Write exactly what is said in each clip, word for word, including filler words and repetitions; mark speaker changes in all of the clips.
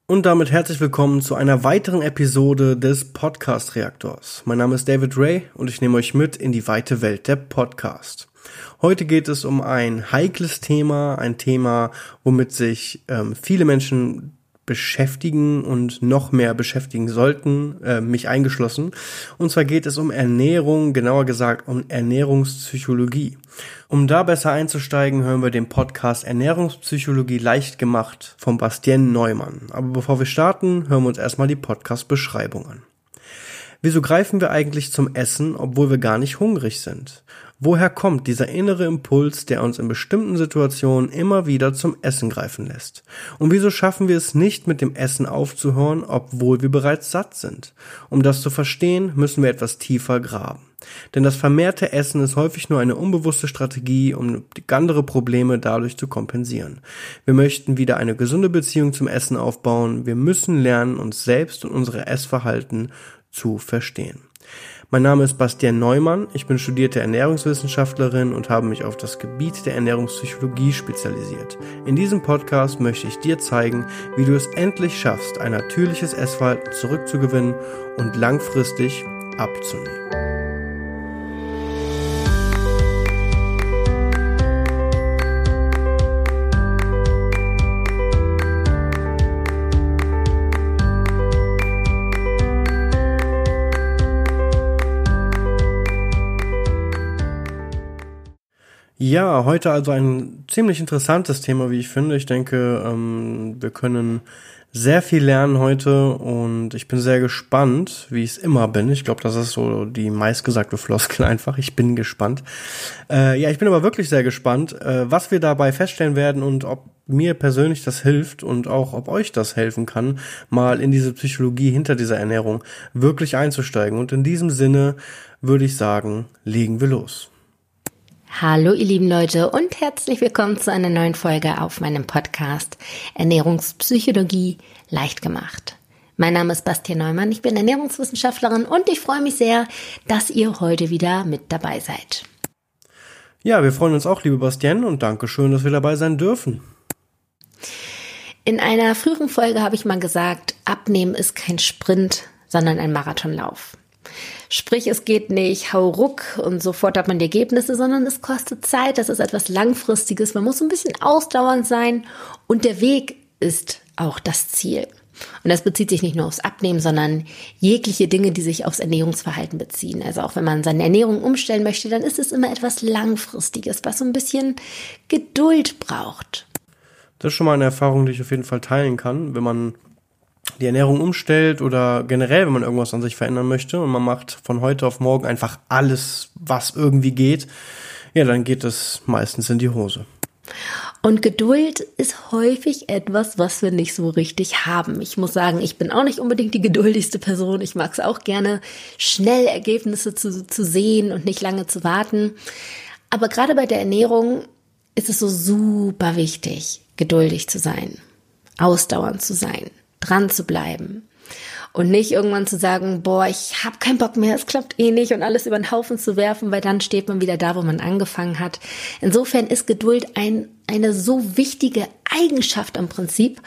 Speaker 1: Und damit herzlich willkommen zu einer weiteren Episode des Podcast-Reaktors. Mein Name ist David Ray und ich nehme euch mit in die weite Welt der Podcast. Heute geht es um ein heikles Thema, ein Thema, womit sich ähm, viele Menschen beschäftigen und noch mehr beschäftigen sollten, äh, mich eingeschlossen. Und zwar geht es um Ernährung, genauer gesagt um Ernährungspsychologie. Um da besser einzusteigen, hören wir den Podcast Ernährungspsychologie leicht gemacht von Bastien Neumann. Aber bevor wir starten, hören wir uns erstmal die Podcast-Beschreibung an. Wieso greifen wir eigentlich zum Essen, obwohl wir gar nicht hungrig sind? Woher kommt dieser innere Impuls, der uns in bestimmten Situationen immer wieder zum Essen greifen lässt? Und wieso schaffen wir es nicht, mit dem Essen aufzuhören, obwohl wir bereits satt sind? Um das zu verstehen, müssen wir etwas tiefer graben. Denn das vermehrte Essen ist häufig nur eine unbewusste Strategie, um andere Probleme dadurch zu kompensieren. Wir möchten wieder eine gesunde Beziehung zum Essen aufbauen. Wir müssen lernen, uns selbst und unsere Essverhalten zu verstehen. Mein Name ist Bastien Neumann, ich bin studierte Ernährungswissenschaftlerin und habe mich auf das Gebiet der Ernährungspsychologie spezialisiert. In diesem Podcast möchte ich dir zeigen, wie du es endlich schaffst, ein natürliches Essverhalten zurückzugewinnen und langfristig abzunehmen. Ja, heute also ein ziemlich interessantes Thema, wie ich finde. Ich denke, ähm, wir können sehr viel lernen heute und ich bin sehr gespannt, wie ich es immer bin. Ich glaube, das ist so die meistgesagte Floskel einfach. Ich bin gespannt. Äh, ja, ich bin aber wirklich sehr gespannt, äh, was wir dabei feststellen werden und ob mir persönlich das hilft und auch ob euch das helfen kann, mal in diese Psychologie hinter dieser Ernährung wirklich einzusteigen. Und in diesem Sinne würde ich sagen, legen wir los.
Speaker 2: Hallo ihr lieben Leute und herzlich willkommen zu einer neuen Folge auf meinem Podcast Ernährungspsychologie leicht gemacht. Mein Name ist Bastien Neumann, ich bin Ernährungswissenschaftlerin und ich freue mich sehr, dass ihr heute wieder mit dabei seid.
Speaker 1: Ja, wir freuen uns auch, liebe Bastien, und danke schön, dass wir dabei sein dürfen.
Speaker 2: In einer früheren Folge habe ich mal gesagt, Abnehmen ist kein Sprint, sondern ein Marathonlauf. Sprich, es geht nicht hau ruck und sofort hat man die Ergebnisse, sondern es kostet Zeit, das ist etwas Langfristiges, man muss ein bisschen ausdauernd sein und der Weg ist auch das Ziel. Und das bezieht sich nicht nur aufs Abnehmen, sondern jegliche Dinge, die sich aufs Ernährungsverhalten beziehen. Also auch wenn man seine Ernährung umstellen möchte, dann ist es immer etwas Langfristiges, was so ein bisschen Geduld braucht.
Speaker 1: Das ist schon mal eine Erfahrung, die ich auf jeden Fall teilen kann, wenn man die Ernährung umstellt oder generell, wenn man irgendwas an sich verändern möchte und man macht von heute auf morgen einfach alles, was irgendwie geht, ja, dann geht es meistens in die Hose.
Speaker 2: Und Geduld ist häufig etwas, was wir nicht so richtig haben. Ich muss sagen, ich bin auch nicht unbedingt die geduldigste Person. Ich mag es auch gerne, schnell Ergebnisse zu, zu sehen und nicht lange zu warten. Aber gerade bei der Ernährung ist es so super wichtig, geduldig zu sein, ausdauernd zu sein, dran zu bleiben und nicht irgendwann zu sagen, boah, ich habe keinen Bock mehr, es klappt eh nicht und alles über den Haufen zu werfen, weil dann steht man wieder da, wo man angefangen hat. Insofern ist Geduld ein, eine so wichtige Eigenschaft im Prinzip.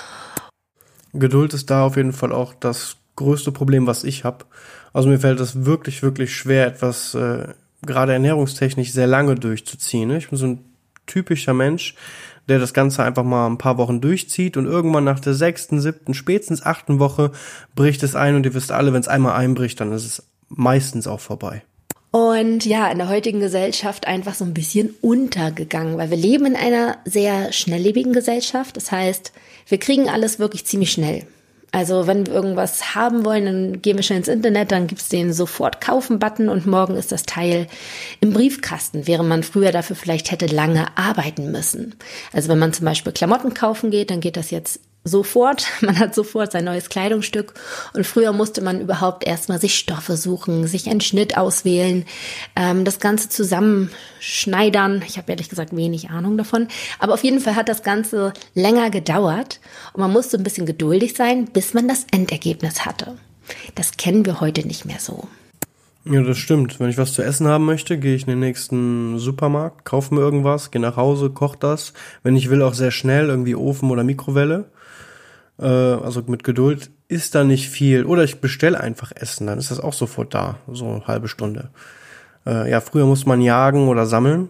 Speaker 1: Geduld ist da auf jeden Fall auch das größte Problem, was ich habe. Also mir fällt es wirklich, wirklich schwer, etwas äh, gerade ernährungstechnisch sehr lange durchzuziehen. Ich bin so ein typischer Mensch, der das Ganze einfach mal ein paar Wochen durchzieht und irgendwann nach der sechsten, siebten, spätestens achten Woche bricht es ein und ihr wisst alle, wenn es einmal einbricht, dann ist es meistens auch vorbei.
Speaker 2: Und ja, in der heutigen Gesellschaft einfach so ein bisschen untergegangen, weil wir leben in einer sehr schnelllebigen Gesellschaft. Das heißt, wir kriegen alles wirklich ziemlich schnell. Also wenn wir irgendwas haben wollen, dann gehen wir schnell ins Internet, dann gibt's den Sofort-Kaufen-Button und morgen ist das Teil im Briefkasten, während man früher dafür vielleicht hätte lange arbeiten müssen. Also wenn man zum Beispiel Klamotten kaufen geht, dann geht das jetzt sofort. Man hat sofort sein neues Kleidungsstück und früher musste man überhaupt erstmal sich Stoffe suchen, sich einen Schnitt auswählen, ähm, das Ganze zusammenschneidern. Ich habe ehrlich gesagt wenig Ahnung davon, aber auf jeden Fall hat das Ganze länger gedauert und man musste ein bisschen geduldig sein, bis man das Endergebnis hatte. Das kennen wir heute nicht mehr so.
Speaker 1: Ja, das stimmt. Wenn ich was zu essen haben möchte, gehe ich in den nächsten Supermarkt, kaufe mir irgendwas, gehe nach Hause, koche das. Wenn ich will, auch sehr schnell, irgendwie Ofen oder Mikrowelle. äh, also mit Geduld ist da nicht viel. Oder ich bestelle einfach Essen, dann ist das auch sofort da, so eine halbe Stunde. Äh, ja, früher musste man jagen oder sammeln.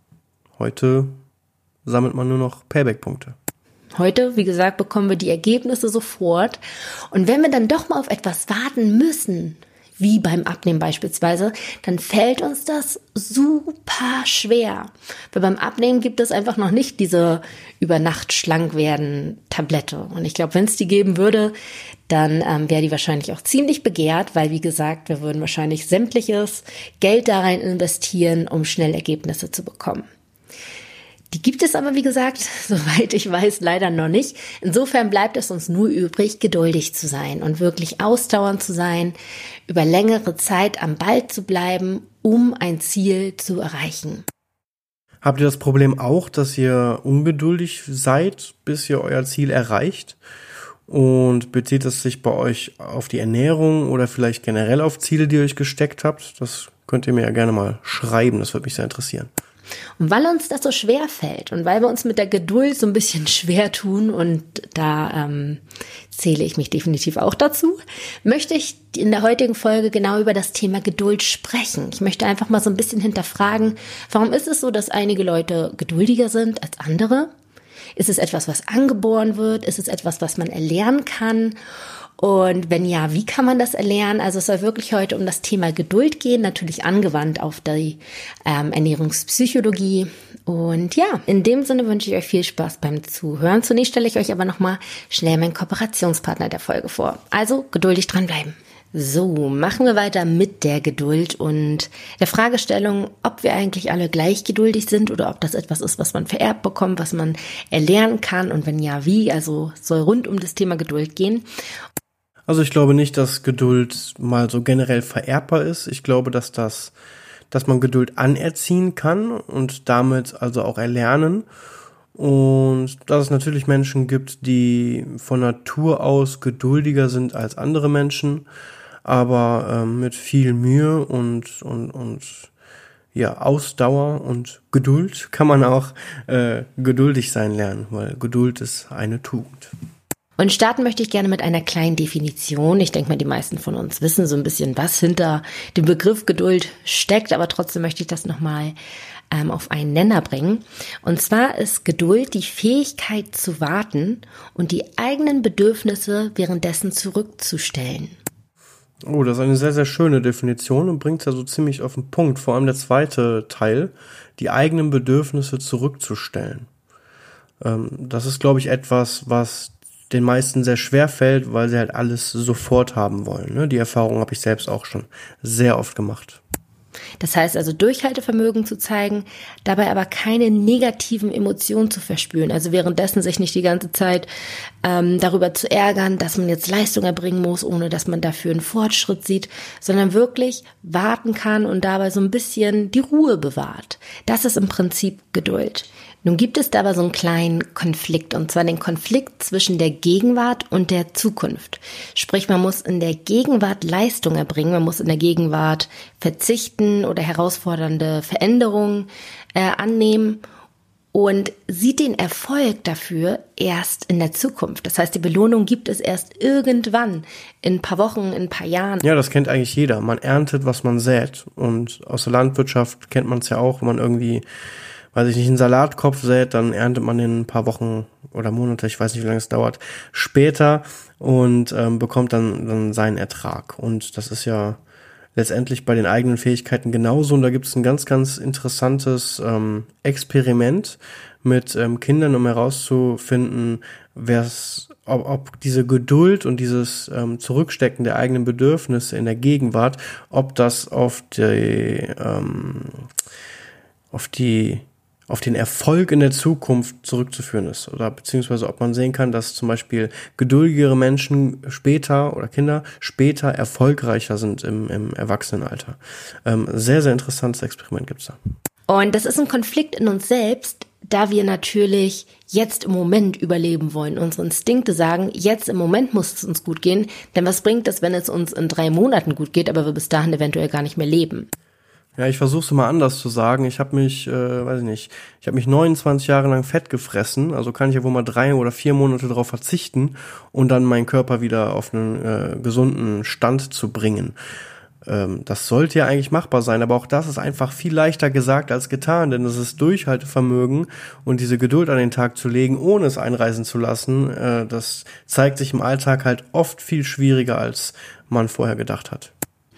Speaker 1: Heute sammelt man nur noch Payback-Punkte.
Speaker 2: Heute, wie gesagt, bekommen wir die Ergebnisse sofort. Und wenn wir dann doch mal auf etwas warten müssen, wie beim Abnehmen beispielsweise, dann fällt uns das super schwer. Weil beim Abnehmen gibt es einfach noch nicht diese über Nacht schlank werden Tablette. Und ich glaube, wenn es die geben würde, dann ähm, wäre die wahrscheinlich auch ziemlich begehrt, weil, wie gesagt, wir würden wahrscheinlich sämtliches Geld da rein investieren, um schnell Ergebnisse zu bekommen. Die gibt es aber, wie gesagt, soweit ich weiß, leider noch nicht. Insofern bleibt es uns nur übrig, geduldig zu sein und wirklich ausdauernd zu sein, über längere Zeit am Ball zu bleiben, um ein Ziel zu erreichen.
Speaker 1: Habt ihr das Problem auch, dass ihr ungeduldig seid, bis ihr euer Ziel erreicht? Und bezieht es sich bei euch auf die Ernährung oder vielleicht generell auf Ziele, die ihr euch gesteckt habt? Das könnt ihr mir ja gerne mal schreiben, das würde mich sehr interessieren.
Speaker 2: Und weil uns das so schwer fällt und weil wir uns mit der Geduld so ein bisschen schwer tun, und da ähm, zähle ich mich definitiv auch dazu, möchte ich in der heutigen Folge genau über das Thema Geduld sprechen. Ich möchte einfach mal so ein bisschen hinterfragen, warum ist es so, dass einige Leute geduldiger sind als andere? Ist es etwas, was angeboren wird? Ist es etwas, was man erlernen kann? Und wenn ja, wie kann man das erlernen? Also es soll wirklich heute um das Thema Geduld gehen, natürlich angewandt auf die ähm, Ernährungspsychologie. Und ja, in dem Sinne wünsche ich euch viel Spaß beim Zuhören. Zunächst stelle ich euch aber nochmal schnell meinen Kooperationspartner der Folge vor. Also geduldig dranbleiben. So, machen wir weiter mit der Geduld und der Fragestellung, ob wir eigentlich alle gleich geduldig sind oder ob das etwas ist, was man vererbt bekommt, was man erlernen kann und wenn ja, wie. Also es soll rund um das Thema Geduld gehen.
Speaker 1: Also ich glaube nicht, dass Geduld mal so generell vererbbar ist. Ich glaube, dass das, dass man Geduld anerziehen kann und damit also auch erlernen. Und dass es natürlich Menschen gibt, die von Natur aus geduldiger sind als andere Menschen, aber ähm, mit viel Mühe und und und ja Ausdauer und Geduld kann man auch äh, geduldig sein lernen, weil Geduld ist eine Tugend.
Speaker 2: Und starten möchte ich gerne mit einer kleinen Definition. Ich denke mal, die meisten von uns wissen so ein bisschen, was hinter dem Begriff Geduld steckt, aber trotzdem möchte ich das nochmal ähm, auf einen Nenner bringen. Und zwar ist Geduld die Fähigkeit zu warten und die eigenen Bedürfnisse währenddessen zurückzustellen.
Speaker 1: Oh, das ist eine sehr, sehr schöne Definition und bringt es ja so ziemlich auf den Punkt. Vor allem der zweite Teil, die eigenen Bedürfnisse zurückzustellen. Ähm, das ist, glaube ich, etwas, was den meisten sehr schwer fällt, weil sie halt alles sofort haben wollen. Ne? Die Erfahrung habe ich selbst auch schon sehr oft gemacht.
Speaker 2: Das heißt also Durchhaltevermögen zu zeigen, dabei aber keine negativen Emotionen zu verspüren. Also währenddessen sich nicht die ganze Zeit ähm, darüber zu ärgern, dass man jetzt Leistung erbringen muss, ohne dass man dafür einen Fortschritt sieht, sondern wirklich warten kann und dabei so ein bisschen die Ruhe bewahrt. Das ist im Prinzip Geduld. Nun gibt es da aber so einen kleinen Konflikt, und zwar den Konflikt zwischen der Gegenwart und der Zukunft. Sprich, man muss in der Gegenwart Leistung erbringen, man muss in der Gegenwart verzichten oder herausfordernde Veränderungen äh, annehmen und sieht den Erfolg dafür erst in der Zukunft. Das heißt, die Belohnung gibt es erst irgendwann, in ein paar Wochen, in ein paar Jahren.
Speaker 1: Ja, das kennt eigentlich jeder. Man erntet, was man sät. Und aus der Landwirtschaft kennt man es ja auch, wenn man irgendwie, weiß ich nicht, einen Salatkopf sät, dann erntet man den ein paar Wochen oder Monate, ich weiß nicht, wie lange es dauert, später und ähm, bekommt dann, dann seinen Ertrag. Und das ist ja letztendlich bei den eigenen Fähigkeiten genauso. Und da gibt es ein ganz, ganz interessantes ähm, Experiment mit ähm, Kindern, um herauszufinden, wer's, ob, ob diese Geduld und dieses ähm, Zurückstecken der eigenen Bedürfnisse in der Gegenwart, ob das auf die, ähm, auf die auf den Erfolg in der Zukunft zurückzuführen ist oder beziehungsweise ob man sehen kann, dass zum Beispiel geduldigere Menschen später oder Kinder später erfolgreicher sind im, im Erwachsenenalter. Ähm, sehr, sehr interessantes Experiment gibt's da.
Speaker 2: Und das ist ein Konflikt in uns selbst, da wir natürlich jetzt im Moment überleben wollen. Unsere Instinkte sagen, jetzt im Moment muss es uns gut gehen, denn was bringt es, wenn es uns in drei Monaten gut geht, aber wir bis dahin eventuell gar nicht mehr leben?
Speaker 1: Ja, ich versuche es mal anders zu sagen. Ich habe mich, äh, weiß ich nicht, ich habe mich neunundzwanzig Jahre lang Fett gefressen. Also kann ich ja wohl mal drei oder vier Monate darauf verzichten und dann meinen Körper wieder auf einen äh, gesunden Stand zu bringen. Ähm, das sollte ja eigentlich machbar sein, aber auch das ist einfach viel leichter gesagt als getan, denn es ist Durchhaltevermögen und diese Geduld an den Tag zu legen, ohne es einreißen zu lassen, äh, das zeigt sich im Alltag halt oft viel schwieriger, als man vorher gedacht hat.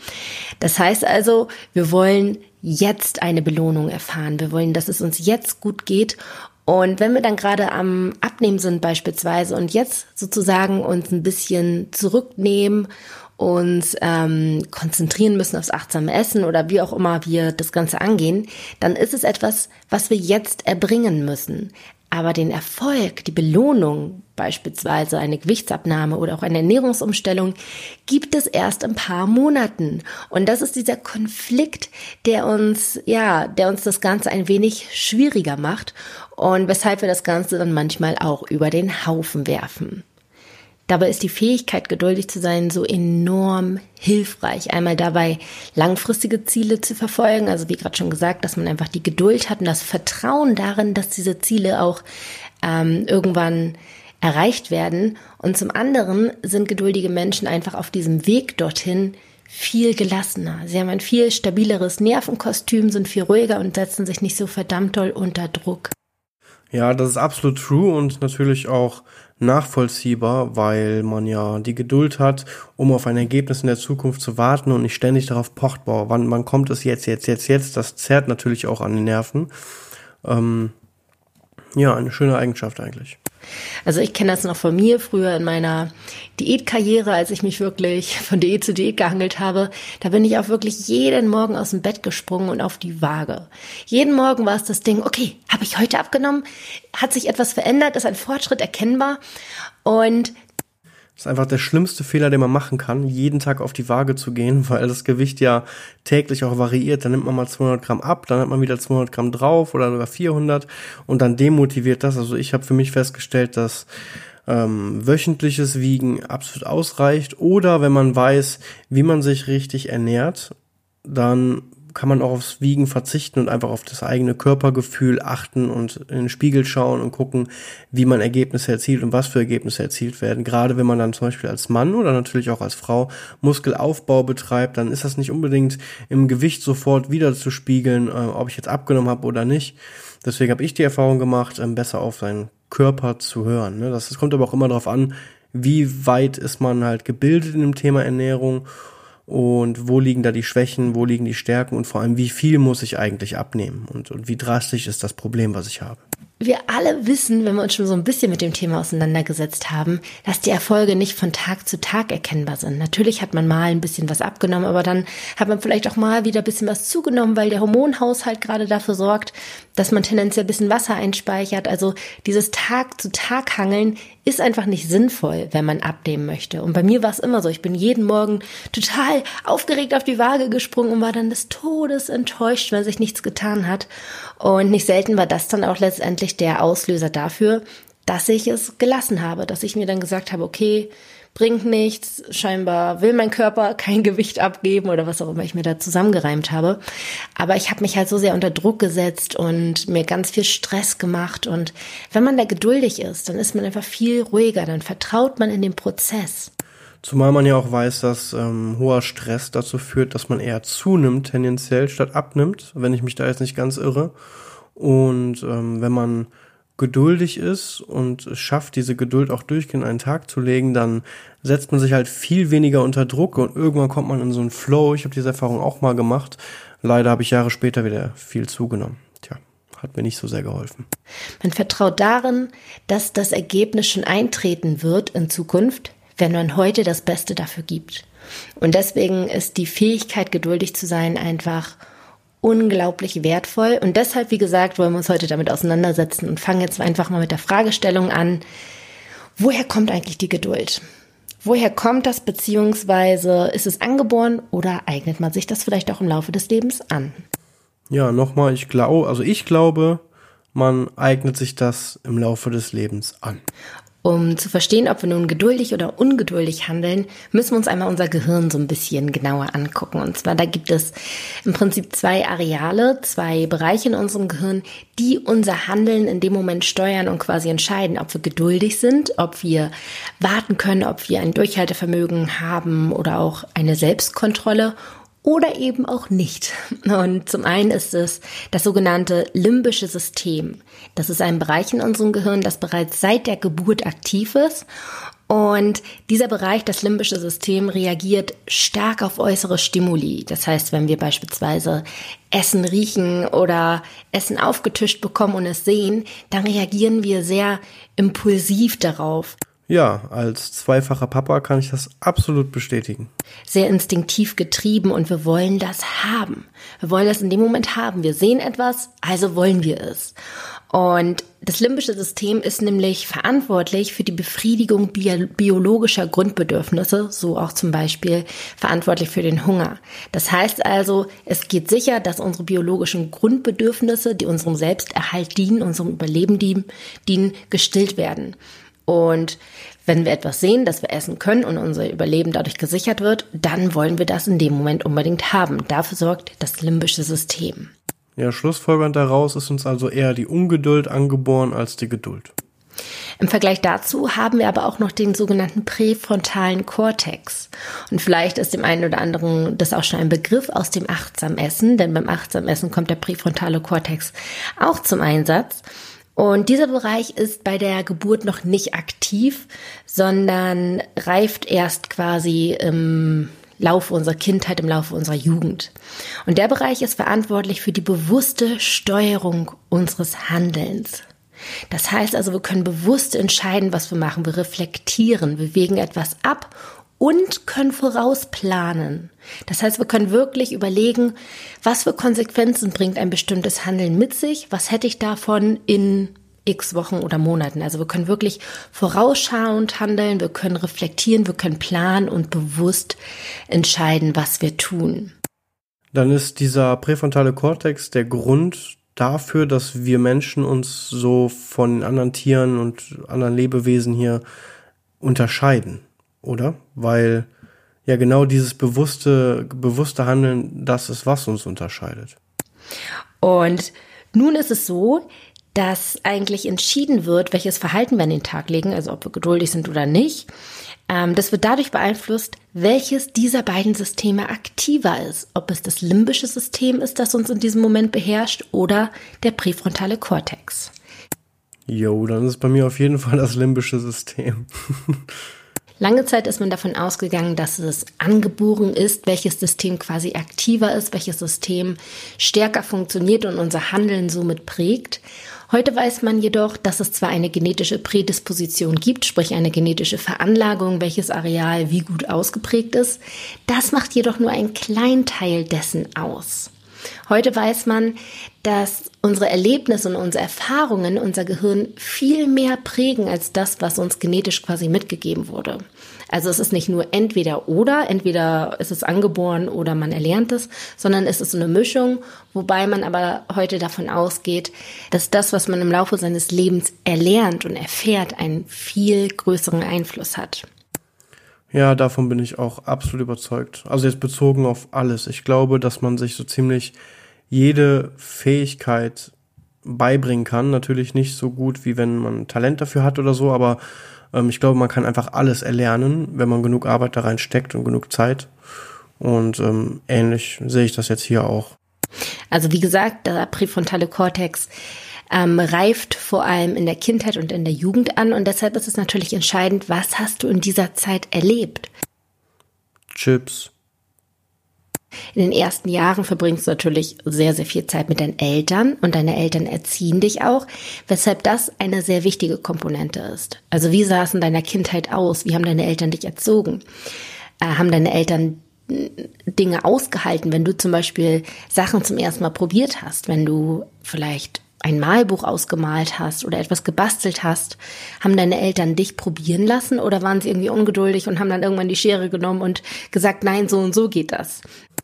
Speaker 2: Das heißt also, wir wollen jetzt eine Belohnung erfahren. Wir wollen, dass es uns jetzt gut geht. Und wenn wir dann gerade am Abnehmen sind beispielsweise und jetzt sozusagen uns ein bisschen zurücknehmen, uns ähm, konzentrieren müssen aufs achtsame Essen oder wie auch immer wir das Ganze angehen, dann ist es etwas, was wir jetzt erbringen müssen. Aber den Erfolg, die Belohnung, beispielsweise eine Gewichtsabnahme oder auch eine Ernährungsumstellung, gibt es erst in ein paar Monaten. Und das ist dieser Konflikt, der uns, ja, der uns das Ganze ein wenig schwieriger macht und weshalb wir das Ganze dann manchmal auch über den Haufen werfen. Dabei ist die Fähigkeit, geduldig zu sein, so enorm hilfreich. Einmal dabei, langfristige Ziele zu verfolgen. Also wie gerade schon gesagt, dass man einfach die Geduld hat und das Vertrauen darin, dass diese Ziele auch ähm, irgendwann erreicht werden. Und zum anderen sind geduldige Menschen einfach auf diesem Weg dorthin viel gelassener. Sie haben ein viel stabileres Nervenkostüm, sind viel ruhiger und setzen sich nicht so verdammt doll unter Druck.
Speaker 1: Ja, das ist absolut true und natürlich auch nachvollziehbar, weil man ja die Geduld hat, um auf ein Ergebnis in der Zukunft zu warten und nicht ständig darauf pocht, boah, wann, wann kommt es jetzt, jetzt, jetzt, jetzt. Das zerrt natürlich auch an den Nerven. Ähm, ja, eine schöne Eigenschaft eigentlich.
Speaker 2: Also ich kenne das noch von mir früher in meiner Diätkarriere, als ich mich wirklich von Diät zu Diät gehangelt habe. Da bin ich auch wirklich jeden Morgen aus dem Bett gesprungen und auf die Waage. Jeden Morgen war es das Ding, okay, habe ich heute abgenommen? Hat sich etwas verändert? Ist ein Fortschritt erkennbar? Und
Speaker 1: das ist einfach der schlimmste Fehler, den man machen kann, jeden Tag auf die Waage zu gehen, weil das Gewicht ja täglich auch variiert. Dann nimmt man mal zweihundert Gramm ab, dann hat man wieder zweihundert Gramm drauf oder sogar vierhundert und dann demotiviert das. Also ich habe für mich festgestellt, dass ähm, wöchentliches Wiegen absolut ausreicht oder wenn man weiß, wie man sich richtig ernährt, dann kann man auch aufs Wiegen verzichten und einfach auf das eigene Körpergefühl achten und in den Spiegel schauen und gucken, wie man Ergebnisse erzielt und was für Ergebnisse erzielt werden. Gerade wenn man dann zum Beispiel als Mann oder natürlich auch als Frau Muskelaufbau betreibt, dann ist das nicht unbedingt im Gewicht sofort wieder zu spiegeln, äh, ob ich jetzt abgenommen habe oder nicht. Deswegen habe ich die Erfahrung gemacht, ähm, besser auf seinen Körper zu hören. Ne? Das, das kommt aber auch immer darauf an, wie weit ist man halt gebildet in dem Thema Ernährung und wo liegen da die Schwächen, wo liegen die Stärken und vor allem, wie viel muss ich eigentlich abnehmen und, und wie drastisch ist das Problem, was ich habe.
Speaker 2: Wir alle wissen, wenn wir uns schon so ein bisschen mit dem Thema auseinandergesetzt haben, dass die Erfolge nicht von Tag zu Tag erkennbar sind. Natürlich hat man mal ein bisschen was abgenommen, aber dann hat man vielleicht auch mal wieder ein bisschen was zugenommen, weil der Hormonhaushalt gerade dafür sorgt, dass man tendenziell ein bisschen Wasser einspeichert. Also dieses Tag-zu-Tag-Hangeln ist einfach nicht sinnvoll, wenn man abnehmen möchte. Und bei mir war es immer so, ich bin jeden Morgen total aufgeregt auf die Waage gesprungen und war dann des Todes enttäuscht, weil sich nichts getan hat. Und nicht selten war das dann auch letztendlich der Auslöser dafür, dass ich es gelassen habe, dass ich mir dann gesagt habe, okay, bringt nichts, scheinbar will mein Körper kein Gewicht abgeben oder was auch immer ich mir da zusammengereimt habe. Aber ich habe mich halt so sehr unter Druck gesetzt und mir ganz viel Stress gemacht. Und wenn man da geduldig ist, dann ist man einfach viel ruhiger, dann vertraut man in den Prozess.
Speaker 1: Zumal man ja auch weiß, dass ähm, hoher Stress dazu führt, dass man eher zunimmt tendenziell statt abnimmt, wenn ich mich da jetzt nicht ganz irre. Und ähm, wenn man geduldig ist und es schafft, diese Geduld auch durchgehend einen Tag zu legen, dann setzt man sich halt viel weniger unter Druck und irgendwann kommt man in so einen Flow. Ich habe diese Erfahrung auch mal gemacht. Leider habe ich Jahre später wieder viel zugenommen. Tja, hat mir nicht so sehr geholfen.
Speaker 2: Man vertraut darin, dass das Ergebnis schon eintreten wird in Zukunft, wenn man heute das Beste dafür gibt. Und deswegen ist die Fähigkeit, geduldig zu sein, einfach unglaublich wertvoll. Und deshalb, wie gesagt, wollen wir uns heute damit auseinandersetzen und fangen jetzt einfach mal mit der Fragestellung an, woher kommt eigentlich die Geduld? Woher kommt das, beziehungsweise ist es angeboren oder eignet man sich das vielleicht auch im Laufe des Lebens an?
Speaker 1: Ja, nochmal, ich glaube, also ich glaube, man eignet sich das im Laufe des Lebens an.
Speaker 2: Um zu verstehen, ob wir nun geduldig oder ungeduldig handeln, müssen wir uns einmal unser Gehirn so ein bisschen genauer angucken. Und zwar, da gibt es im Prinzip zwei Areale, zwei Bereiche in unserem Gehirn, die unser Handeln in dem Moment steuern und quasi entscheiden, ob wir geduldig sind, ob wir warten können, ob wir ein Durchhaltevermögen haben oder auch eine Selbstkontrolle oder eben auch nicht. Und zum einen ist es das sogenannte limbische System. Das ist ein Bereich in unserem Gehirn, das bereits seit der Geburt aktiv ist. Und dieser Bereich, das limbische System, reagiert stark auf äußere Stimuli. Das heißt, wenn wir beispielsweise Essen riechen oder Essen aufgetischt bekommen und es sehen, dann reagieren wir sehr impulsiv darauf.
Speaker 1: Ja, als zweifacher Papa kann ich das absolut bestätigen.
Speaker 2: Sehr instinktiv getrieben und wir wollen das haben. Wir wollen das in dem Moment haben. Wir sehen etwas, also wollen wir es. Und das limbische System ist nämlich verantwortlich für die Befriedigung bi- biologischer Grundbedürfnisse, so auch zum Beispiel verantwortlich für den Hunger. Das heißt also, es geht sicher, dass unsere biologischen Grundbedürfnisse, die unserem Selbsterhalt dienen, unserem Überleben dienen, gestillt werden. Und wenn wir etwas sehen, das wir essen können und unser Überleben dadurch gesichert wird, dann wollen wir das in dem Moment unbedingt haben. Dafür sorgt das limbische System.
Speaker 1: Ja, schlussfolgernd daraus ist uns also eher die Ungeduld angeboren als die Geduld.
Speaker 2: Im Vergleich dazu haben wir aber auch noch den sogenannten präfrontalen Kortex. Und vielleicht ist dem einen oder anderen das auch schon ein Begriff aus dem achtsamen Essen, denn beim achtsamen Essen kommt der präfrontale Kortex auch zum Einsatz. Und dieser Bereich ist bei der Geburt noch nicht aktiv, sondern reift erst quasi im Laufe unserer Kindheit, im Laufe unserer Jugend. Und der Bereich ist verantwortlich für die bewusste Steuerung unseres Handelns. Das heißt also, wir können bewusst entscheiden, was wir machen. Wir reflektieren, wir wägen etwas ab und können vorausplanen. Das heißt, wir können wirklich überlegen, was für Konsequenzen bringt ein bestimmtes Handeln mit sich, was hätte ich davon in x Wochen oder Monaten. Also wir können wirklich vorausschauend handeln, wir können reflektieren, wir können planen und bewusst entscheiden, was wir tun.
Speaker 1: Dann ist dieser präfrontale Kortex der Grund dafür, dass wir Menschen uns so von anderen Tieren und anderen Lebewesen hier unterscheiden, oder? Weil ja genau dieses bewusste, bewusste Handeln, das ist, was uns unterscheidet.
Speaker 2: Und nun ist es so, dass eigentlich entschieden wird, welches Verhalten wir an den Tag legen, also ob wir geduldig sind oder nicht. Ähm, das wird dadurch beeinflusst, welches dieser beiden Systeme aktiver ist. Ob es das limbische System ist, das uns in diesem Moment beherrscht, oder der präfrontale Kortex.
Speaker 1: Jo, dann ist bei mir auf jeden Fall das limbische System.
Speaker 2: Lange Zeit ist man davon ausgegangen, dass es angeboren ist, welches System quasi aktiver ist, welches System stärker funktioniert und unser Handeln somit prägt. Heute weiß man jedoch, dass es zwar eine genetische Prädisposition gibt, sprich eine genetische Veranlagung, welches Areal wie gut ausgeprägt ist. Das macht jedoch nur einen kleinen Teil dessen aus. Heute weiß man, dass unsere Erlebnisse und unsere Erfahrungen unser Gehirn viel mehr prägen als das, was uns genetisch quasi mitgegeben wurde. Also es ist nicht nur entweder oder, entweder ist es angeboren oder man erlernt es, sondern es ist so eine Mischung, wobei man aber heute davon ausgeht, dass das, was man im Laufe seines Lebens erlernt und erfährt, einen viel größeren Einfluss hat.
Speaker 1: Ja, davon bin ich auch absolut überzeugt. Also jetzt bezogen auf alles. Ich glaube, dass man sich so ziemlich jede Fähigkeit beibringen kann. Natürlich nicht so gut, wie wenn man Talent dafür hat oder so, aber ähm, ich glaube, man kann einfach alles erlernen, wenn man genug Arbeit da reinsteckt und genug Zeit. Und ähm, ähnlich sehe ich das jetzt hier auch.
Speaker 2: Also wie gesagt, der präfrontale Kortex Ähm, reift vor allem in der Kindheit und in der Jugend an und deshalb ist es natürlich entscheidend, was hast du in dieser Zeit erlebt?
Speaker 1: Chips.
Speaker 2: In den ersten Jahren verbringst du natürlich sehr, sehr viel Zeit mit deinen Eltern und deine Eltern erziehen dich auch, weshalb das eine sehr wichtige Komponente ist. Also wie sah es in deiner Kindheit aus? Wie haben deine Eltern dich erzogen? Äh, haben deine Eltern Dinge ausgehalten, wenn du zum Beispiel Sachen zum ersten Mal probiert hast, wenn du vielleicht ein Malbuch ausgemalt hast oder etwas gebastelt hast, haben deine Eltern dich probieren lassen oder waren sie irgendwie ungeduldig und haben dann irgendwann die Schere genommen und gesagt, nein, so und so geht das?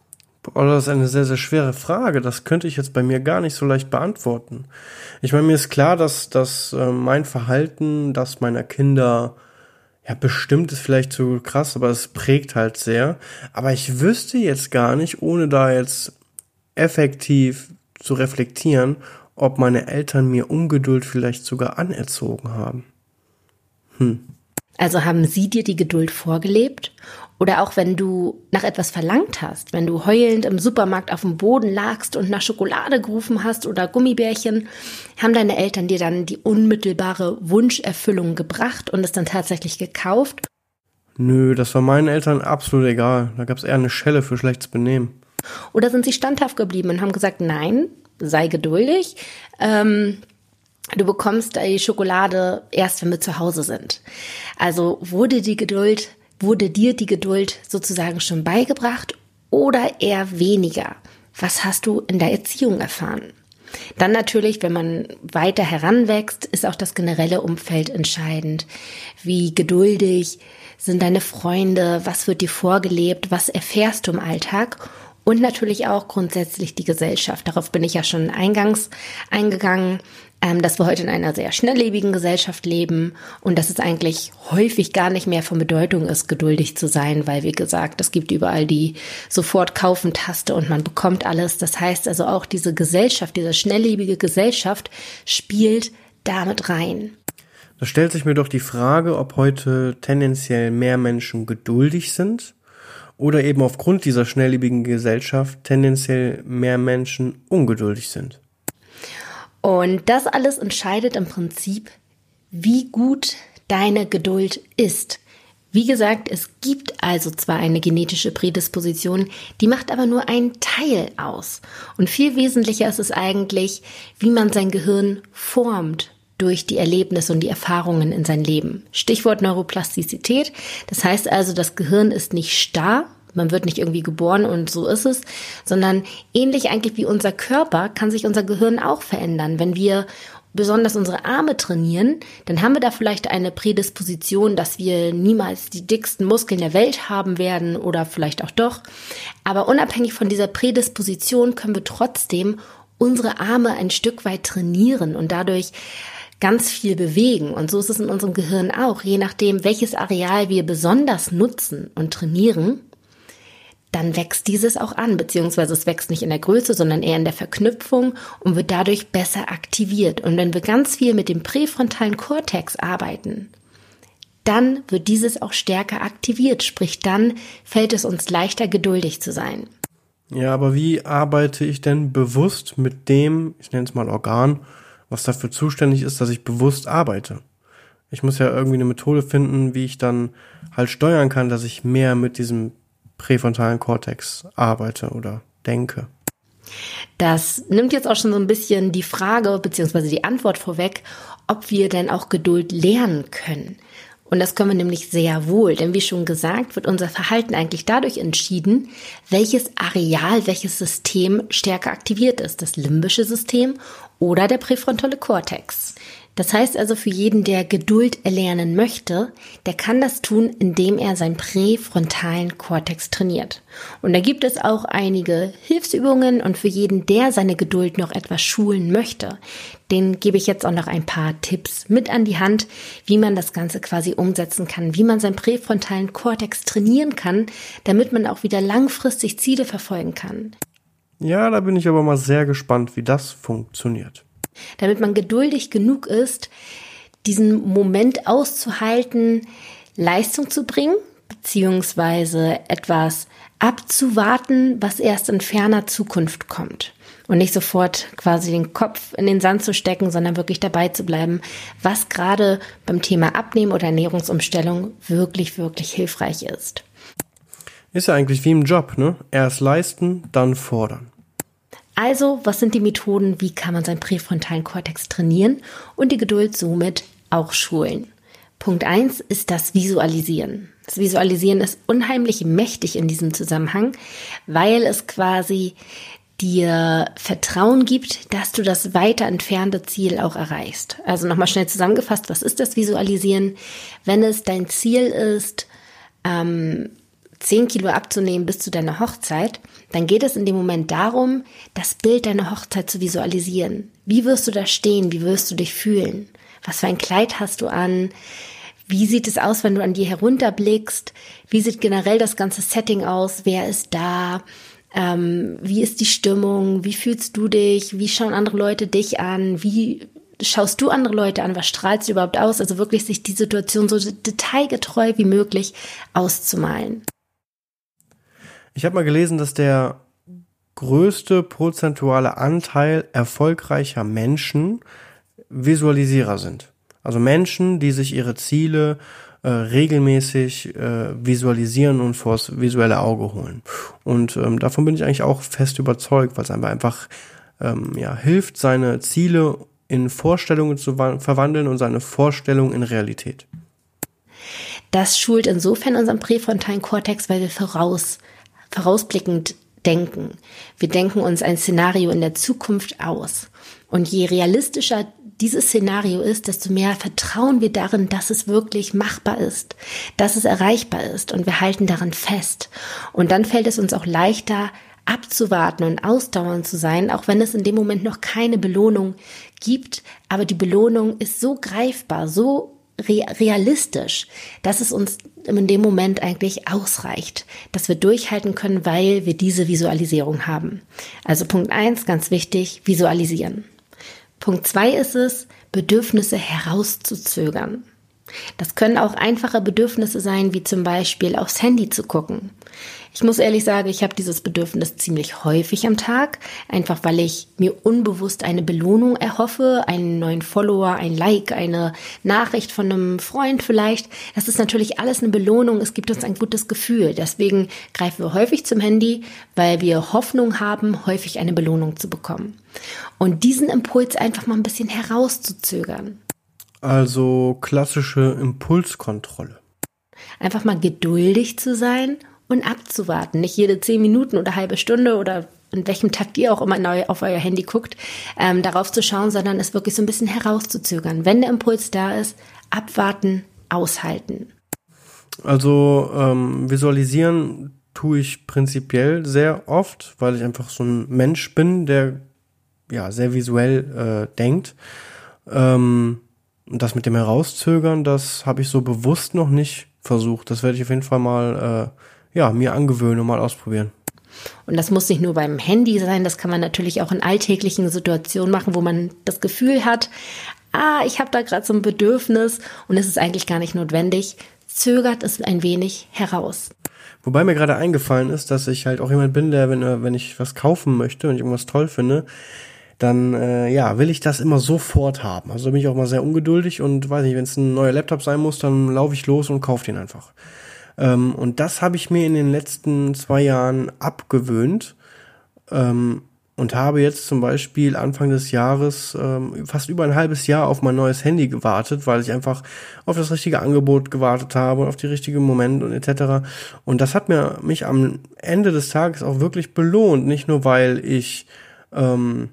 Speaker 1: Boah, das ist eine sehr, sehr schwere Frage. Das könnte ich jetzt bei mir gar nicht so leicht beantworten. Ich meine, mir ist klar, dass, dass äh, mein Verhalten, das meiner Kinder, ja, bestimmt ist vielleicht zu krass, aber es prägt halt sehr. Aber ich wüsste jetzt gar nicht, ohne da jetzt effektiv zu reflektieren, ob meine Eltern mir Ungeduld vielleicht sogar anerzogen haben. Hm.
Speaker 2: Also haben sie dir die Geduld vorgelebt? Oder auch wenn du nach etwas verlangt hast, wenn du heulend im Supermarkt auf dem Boden lagst und nach Schokolade gerufen hast oder Gummibärchen, haben deine Eltern dir dann die unmittelbare Wunscherfüllung gebracht und es dann tatsächlich gekauft?
Speaker 1: Nö, das war meinen Eltern absolut egal. Da gab es eher eine Schelle für schlechtes Benehmen.
Speaker 2: Oder sind sie standhaft geblieben und haben gesagt, nein, sei geduldig, ähm, du bekommst die Schokolade erst, wenn wir zu Hause sind. Also wurde die Geduld, wurde dir die Geduld sozusagen schon beigebracht oder eher weniger? Was hast du in der Erziehung erfahren? Dann natürlich, wenn man weiter heranwächst, ist auch das generelle Umfeld entscheidend. Wie geduldig sind deine Freunde? Was wird dir vorgelebt? Was erfährst du im Alltag? Und natürlich auch grundsätzlich die Gesellschaft. Darauf bin ich ja schon eingangs eingegangen, ähm, dass wir heute in einer sehr schnelllebigen Gesellschaft leben und dass es eigentlich häufig gar nicht mehr von Bedeutung ist, geduldig zu sein, weil, wie gesagt, es gibt überall die Sofort-Kaufen-Taste und man bekommt alles. Das heißt also auch diese Gesellschaft, diese schnelllebige Gesellschaft spielt damit rein.
Speaker 1: Da stellt sich mir doch die Frage, ob heute tendenziell mehr Menschen geduldig sind oder eben aufgrund dieser schnelllebigen Gesellschaft tendenziell mehr Menschen ungeduldig sind.
Speaker 2: Und das alles entscheidet im Prinzip, wie gut deine Geduld ist. Wie gesagt, es gibt also zwar eine genetische Prädisposition, die macht aber nur einen Teil aus. Und viel wesentlicher ist es eigentlich, wie man sein Gehirn formt durch die Erlebnisse und die Erfahrungen in sein Leben. Stichwort Neuroplastizität. Das heißt also, das Gehirn ist nicht starr, man wird nicht irgendwie geboren und so ist es, sondern ähnlich eigentlich wie unser Körper kann sich unser Gehirn auch verändern. Wenn wir besonders unsere Arme trainieren, dann haben wir da vielleicht eine Prädisposition, dass wir niemals die dicksten Muskeln der Welt haben werden oder vielleicht auch doch. Aber unabhängig von dieser Prädisposition können wir trotzdem unsere Arme ein Stück weit trainieren und dadurch ganz viel bewegen. Und so ist es in unserem Gehirn auch. Je nachdem, welches Areal wir besonders nutzen und trainieren, dann wächst dieses auch an, beziehungsweise es wächst nicht in der Größe, sondern eher in der Verknüpfung und wird dadurch besser aktiviert. Und wenn wir ganz viel mit dem präfrontalen Kortex arbeiten, dann wird dieses auch stärker aktiviert, sprich dann fällt es uns leichter, geduldig zu sein.
Speaker 1: Ja, aber wie arbeite ich denn bewusst mit dem, ich nenne es mal Organ, was dafür zuständig ist, dass ich bewusst arbeite? Ich muss ja irgendwie eine Methode finden, wie ich dann halt steuern kann, dass ich mehr mit diesem präfrontalen Kortex arbeite oder denke.
Speaker 2: Das nimmt jetzt auch schon so ein bisschen die Frage bzw. die Antwort vorweg, ob wir denn auch Geduld lernen können. Und das können wir nämlich sehr wohl, denn wie schon gesagt, wird unser Verhalten eigentlich dadurch entschieden, welches Areal, welches System stärker aktiviert ist, das limbische System oder der präfrontale Kortex. Das heißt also für jeden, der Geduld erlernen möchte, der kann das tun, indem er seinen präfrontalen Kortex trainiert. Und da gibt es auch einige Hilfsübungen und für jeden, der seine Geduld noch etwas schulen möchte, den gebe ich jetzt auch noch ein paar Tipps mit an die Hand, wie man das Ganze quasi umsetzen kann, wie man seinen präfrontalen Kortex trainieren kann, damit man auch wieder langfristig Ziele verfolgen kann.
Speaker 1: Ja, da bin ich aber mal sehr gespannt, wie das funktioniert.
Speaker 2: Damit man geduldig genug ist, diesen Moment auszuhalten, Leistung zu bringen, beziehungsweise etwas abzuwarten, was erst in ferner Zukunft kommt. Und nicht sofort quasi den Kopf in den Sand zu stecken, sondern wirklich dabei zu bleiben, was gerade beim Thema Abnehmen oder Ernährungsumstellung wirklich, wirklich hilfreich ist.
Speaker 1: Ist ja eigentlich wie im Job, ne? Erst leisten, dann fordern.
Speaker 2: Also, was sind die Methoden, wie kann man seinen präfrontalen Kortex trainieren und die Geduld somit auch schulen? Punkt eins ist das Visualisieren. Das Visualisieren ist unheimlich mächtig in diesem Zusammenhang, weil es quasi dir Vertrauen gibt, dass du das weiter entfernte Ziel auch erreichst. Also nochmal schnell zusammengefasst, was ist das Visualisieren? Wenn es dein Ziel ist, ähm, zehn Kilo abzunehmen bis zu deiner Hochzeit, dann geht es in dem Moment darum, das Bild deiner Hochzeit zu visualisieren. Wie wirst du da stehen? Wie wirst du dich fühlen? Was für ein Kleid hast du an? Wie sieht es aus, wenn du an dir herunterblickst? Wie sieht generell das ganze Setting aus? Wer ist da? Ähm, wie ist die Stimmung? Wie fühlst du dich? Wie schauen andere Leute dich an? Wie schaust du andere Leute an? Was strahlst du überhaupt aus? Also wirklich sich die Situation so detailgetreu wie möglich auszumalen.
Speaker 1: Ich habe mal gelesen, dass der größte prozentuale Anteil erfolgreicher Menschen Visualisierer sind. Also Menschen, die sich ihre Ziele äh, regelmäßig äh, visualisieren und vors visuelle Auge holen. Und ähm, davon bin ich eigentlich auch fest überzeugt, weil es einfach ähm, ja, hilft, seine Ziele in Vorstellungen zu wa- verwandeln und seine Vorstellungen in Realität.
Speaker 2: Das schult insofern unseren präfrontalen Kortex, weil wir voraus, vorausblickend denken. Wir denken uns ein Szenario in der Zukunft aus. Und je realistischer dieses Szenario ist, desto mehr vertrauen wir darin, dass es wirklich machbar ist, dass es erreichbar ist und wir halten daran fest. Und dann fällt es uns auch leichter, abzuwarten und ausdauernd zu sein, auch wenn es in dem Moment noch keine Belohnung gibt. Aber die Belohnung ist so greifbar, so re- realistisch, dass es uns in dem Moment eigentlich ausreicht, dass wir durchhalten können, weil wir diese Visualisierung haben. Also Punkt eins, ganz wichtig, visualisieren. Punkt zwei ist es, Bedürfnisse herauszuzögern. Das können auch einfache Bedürfnisse sein, wie zum Beispiel aufs Handy zu gucken. Ich muss ehrlich sagen, ich habe dieses Bedürfnis ziemlich häufig am Tag, einfach weil ich mir unbewusst eine Belohnung erhoffe, einen neuen Follower, ein Like, eine Nachricht von einem Freund vielleicht. Das ist natürlich alles eine Belohnung, es gibt uns ein gutes Gefühl. Deswegen greifen wir häufig zum Handy, weil wir Hoffnung haben, häufig eine Belohnung zu bekommen. Und diesen Impuls einfach mal ein bisschen herauszuzögern.
Speaker 1: Also klassische Impulskontrolle.
Speaker 2: Einfach mal geduldig zu sein und abzuwarten. Nicht jede zehn Minuten oder halbe Stunde oder in welchem Takt ihr auch immer neu auf euer Handy guckt, ähm, darauf zu schauen, sondern es wirklich so ein bisschen herauszuzögern. Wenn der Impuls da ist, abwarten, aushalten.
Speaker 1: Also ähm, visualisieren tue ich prinzipiell sehr oft, weil ich einfach so ein Mensch bin, der ja sehr visuell äh, denkt. Ähm, und das mit dem Herauszögern, das habe ich so bewusst noch nicht versucht. Das werde ich auf jeden Fall mal äh, ja mir angewöhnen und mal ausprobieren.
Speaker 2: Und das muss nicht nur beim Handy sein, das kann man natürlich auch in alltäglichen Situationen machen, wo man das Gefühl hat, ah, ich habe da gerade so ein Bedürfnis und es ist eigentlich gar nicht notwendig. Zögert es ein wenig heraus.
Speaker 1: Wobei mir gerade eingefallen ist, dass ich halt auch jemand bin, der, wenn, wenn ich was kaufen möchte und ich irgendwas toll finde, dann äh, ja will ich das immer sofort haben. Also bin ich auch mal sehr ungeduldig und weiß nicht, wenn es ein neuer Laptop sein muss, dann laufe ich los und kaufe den einfach. Ähm, und das habe ich mir in den letzten zwei Jahren abgewöhnt ähm, und habe jetzt zum Beispiel Anfang des Jahres ähm, fast über ein halbes Jahr auf mein neues Handy gewartet, weil ich einfach auf das richtige Angebot gewartet habe, auf die richtigen Momente und et cetera. Und das hat mir mich am Ende des Tages auch wirklich belohnt, nicht nur weil ich ähm,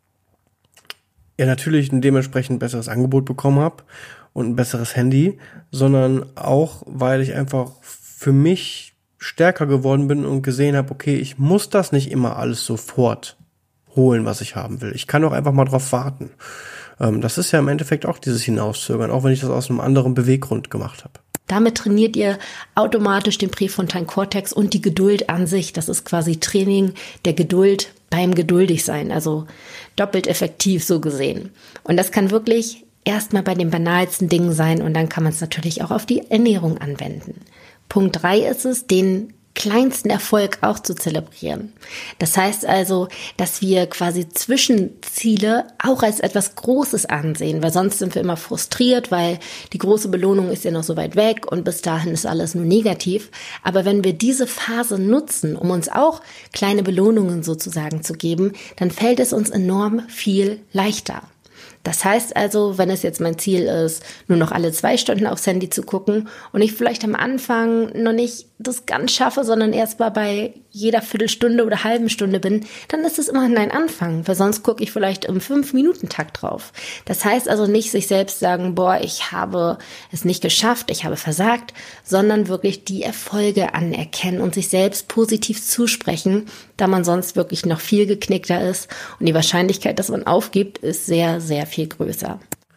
Speaker 1: ja natürlich ein dementsprechend besseres Angebot bekommen habe und ein besseres Handy, sondern auch, weil ich einfach für mich stärker geworden bin und gesehen habe, okay, ich muss das nicht immer alles sofort holen, was ich haben will. Ich kann auch einfach mal drauf warten. Ähm, das ist ja im Endeffekt auch dieses Hinauszögern, auch wenn ich das aus einem anderen Beweggrund gemacht habe.
Speaker 2: Damit trainiert ihr automatisch den präfrontalen Kortex und die Geduld an sich. Das ist quasi Training der Geduld beim Geduldigsein, also doppelt effektiv so gesehen. Und das kann wirklich erstmal bei den banalsten Dingen sein und dann kann man es natürlich auch auf die Ernährung anwenden. Punkt drei ist es, den kleinsten Erfolg auch zu zelebrieren. Das heißt also, dass wir quasi Zwischenziele auch als etwas Großes ansehen, weil sonst sind wir immer frustriert, weil die große Belohnung ist ja noch so weit weg und bis dahin ist alles nur negativ. Aber wenn wir diese Phase nutzen, um uns auch kleine Belohnungen sozusagen zu geben, dann fällt es uns enorm viel leichter. Das heißt also, wenn es jetzt mein Ziel ist, nur noch alle zwei Stunden aufs Handy zu gucken und ich vielleicht am Anfang noch nicht das ganz schaffe, sondern erst mal bei jeder Viertelstunde oder halben Stunde bin, dann ist es immerhin ein Anfang, weil sonst gucke ich vielleicht im fünf-Minuten-Takt drauf. Das heißt also nicht sich selbst sagen, boah, ich habe es nicht geschafft, ich habe versagt, sondern wirklich die Erfolge anerkennen und sich selbst positiv zusprechen, da man sonst wirklich noch viel geknickter ist und die Wahrscheinlichkeit, dass man aufgibt, ist sehr, sehr viel größer.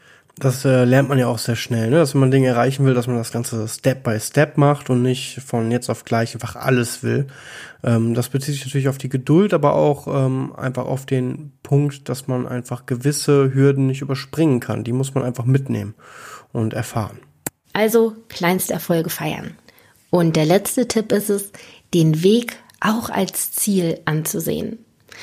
Speaker 1: Das äh, lernt man ja auch sehr schnell, ne? Dass wenn man Dinge erreichen will, dass man das Ganze Step by Step macht und nicht von jetzt auf gleich einfach alles will. Ähm, das bezieht sich natürlich auf die Geduld, aber auch ähm, einfach auf den Punkt, dass man einfach gewisse Hürden nicht überspringen kann. Die muss man einfach mitnehmen und erfahren.
Speaker 2: Also kleinste Erfolge feiern. Und der letzte Tipp ist es, den Weg auch als Ziel anzusehen.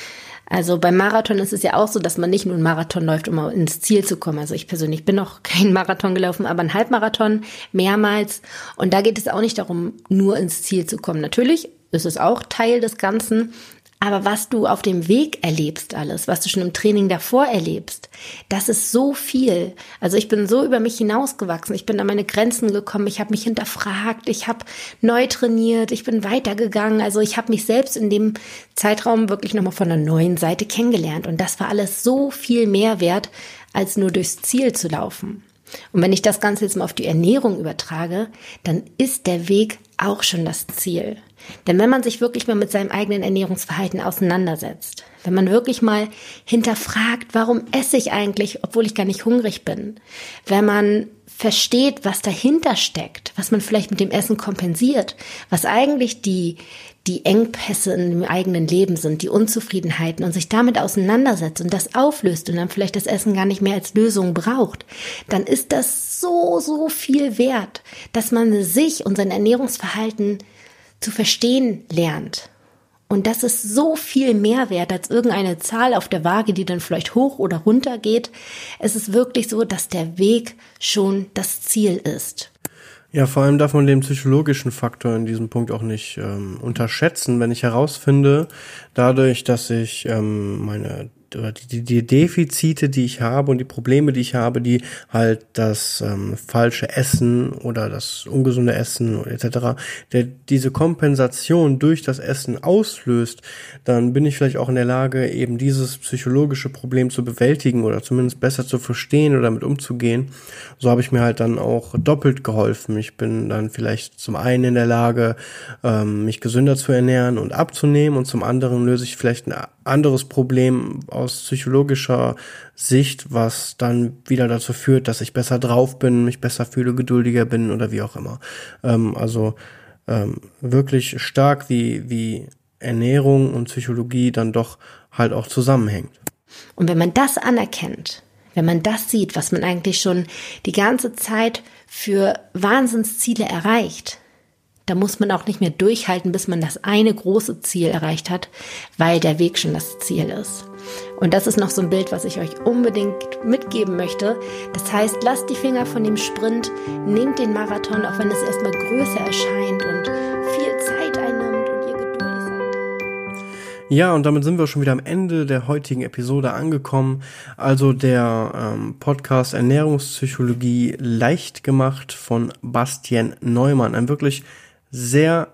Speaker 2: Also beim Marathon ist es ja auch so, dass man nicht nur einen Marathon läuft, um ins Ziel zu kommen. Also ich persönlich bin noch kein Marathon gelaufen, aber einen Halbmarathon mehrmals. Und da geht es auch nicht darum, nur ins Ziel zu kommen. Natürlich ist es auch Teil des Ganzen. Aber was du auf dem Weg erlebst alles, was du schon im Training davor erlebst, das ist so viel. Also ich bin so über mich hinausgewachsen. Ich bin an meine Grenzen gekommen. Ich habe mich hinterfragt. Ich habe neu trainiert. Ich bin weitergegangen. Also ich habe mich selbst in dem Zeitraum wirklich nochmal von einer neuen Seite kennengelernt. Und das war alles so viel mehr wert, als nur durchs Ziel zu laufen. Und wenn ich das Ganze jetzt mal auf die Ernährung übertrage, dann ist der Weg auch schon das Ziel. Denn wenn man sich wirklich mal mit seinem eigenen Ernährungsverhalten auseinandersetzt, wenn man wirklich mal hinterfragt, warum esse ich eigentlich, obwohl ich gar nicht hungrig bin, wenn man versteht, was dahinter steckt, was man vielleicht mit dem Essen kompensiert, was eigentlich die, die Engpässe in dem eigenen Leben sind, die Unzufriedenheiten und sich damit auseinandersetzt und das auflöst und dann vielleicht das Essen gar nicht mehr als Lösung braucht, dann ist das so, so viel wert, dass man sich und sein Ernährungsverhalten zu verstehen lernt. Und das ist so viel mehr wert als irgendeine Zahl auf der Waage, die dann vielleicht hoch oder runter geht. Es ist wirklich so, dass der Weg schon das Ziel ist.
Speaker 1: Ja, vor allem darf man den psychologischen Faktor in diesem Punkt auch nicht ähm, unterschätzen, wenn ich herausfinde, dadurch, dass ich ähm, meine Die, die Defizite, die ich habe und die Probleme, die ich habe, die halt das ähm, falsche Essen oder das ungesunde Essen et cetera, der diese Kompensation durch das Essen auslöst, dann bin ich vielleicht auch in der Lage, eben dieses psychologische Problem zu bewältigen oder zumindest besser zu verstehen oder damit umzugehen. So habe ich mir halt dann auch doppelt geholfen. Ich bin dann vielleicht zum einen in der Lage, ähm, mich gesünder zu ernähren und abzunehmen und zum anderen löse ich vielleicht ein anderes Problem aus psychologischer Sicht, was dann wieder dazu führt, dass ich besser drauf bin, mich besser fühle, geduldiger bin oder wie auch immer. Ähm, also ähm, wirklich stark, wie, wie Ernährung und Psychologie dann doch halt auch zusammenhängt.
Speaker 2: Und wenn man das anerkennt, wenn man das sieht, was man eigentlich schon die ganze Zeit für Wahnsinnsziele erreicht, da muss man auch nicht mehr durchhalten, bis man das eine große Ziel erreicht hat, weil der Weg schon das Ziel ist. Und das ist noch so ein Bild, was ich euch unbedingt mitgeben möchte. Das heißt, lasst die Finger von dem Sprint, nehmt den Marathon, auch wenn es erstmal größer erscheint und viel Zeit einnimmt und ihr geduldig seid.
Speaker 1: Ja, und damit sind wir schon wieder am Ende der heutigen Episode angekommen. Also der ähm, Podcast Ernährungspsychologie leicht gemacht von Bastien Neumann. Ein wirklich sehr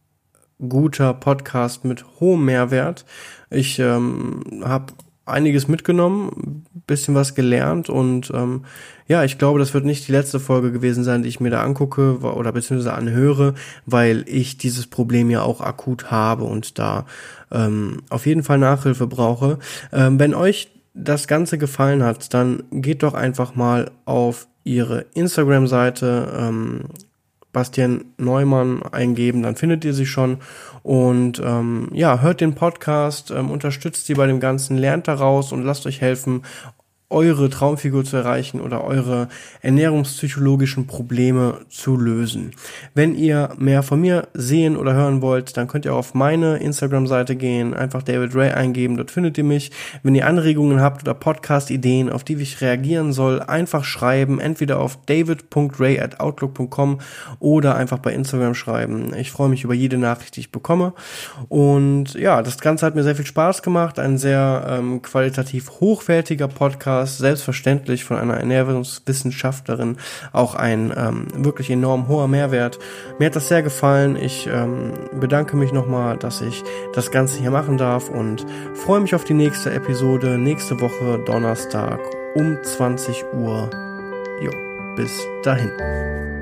Speaker 1: guter Podcast mit hohem Mehrwert. Ich ähm, habe einiges mitgenommen, bisschen was gelernt und ähm, ja, ich glaube, das wird nicht die letzte Folge gewesen sein, die ich mir da angucke oder beziehungsweise anhöre, weil ich dieses Problem ja auch akut habe und da ähm, auf jeden Fall Nachhilfe brauche. Ähm, wenn euch das Ganze gefallen hat, dann geht doch einfach mal auf ihre Instagram-Seite ähm, Bastien Neumann eingeben, dann findet ihr sie schon und ähm, ja, hört den Podcast, ähm, unterstützt sie bei dem Ganzen, lernt daraus und lasst euch helfen, eure Traumfigur zu erreichen oder eure ernährungspsychologischen Probleme zu lösen. Wenn ihr mehr von mir sehen oder hören wollt, dann könnt ihr auf meine Instagram-Seite gehen, einfach David Ray eingeben, dort findet ihr mich. Wenn ihr Anregungen habt oder Podcast-Ideen, auf die ich reagieren soll, einfach schreiben, entweder auf david punkt ray at outlook punkt com oder einfach bei Instagram schreiben. Ich freue mich über jede Nachricht, die ich bekomme. Und ja, das Ganze hat mir sehr viel Spaß gemacht, ein sehr ähm, qualitativ hochwertiger Podcast, Podcast, selbstverständlich von einer Ernährungswissenschaftlerin, auch ein ähm, wirklich enorm hoher Mehrwert. Mir hat das sehr gefallen. Ich ähm, bedanke mich nochmal, dass ich das Ganze hier machen darf und freue mich auf die nächste Episode, nächste Woche Donnerstag um zwanzig Uhr. Jo, bis dahin.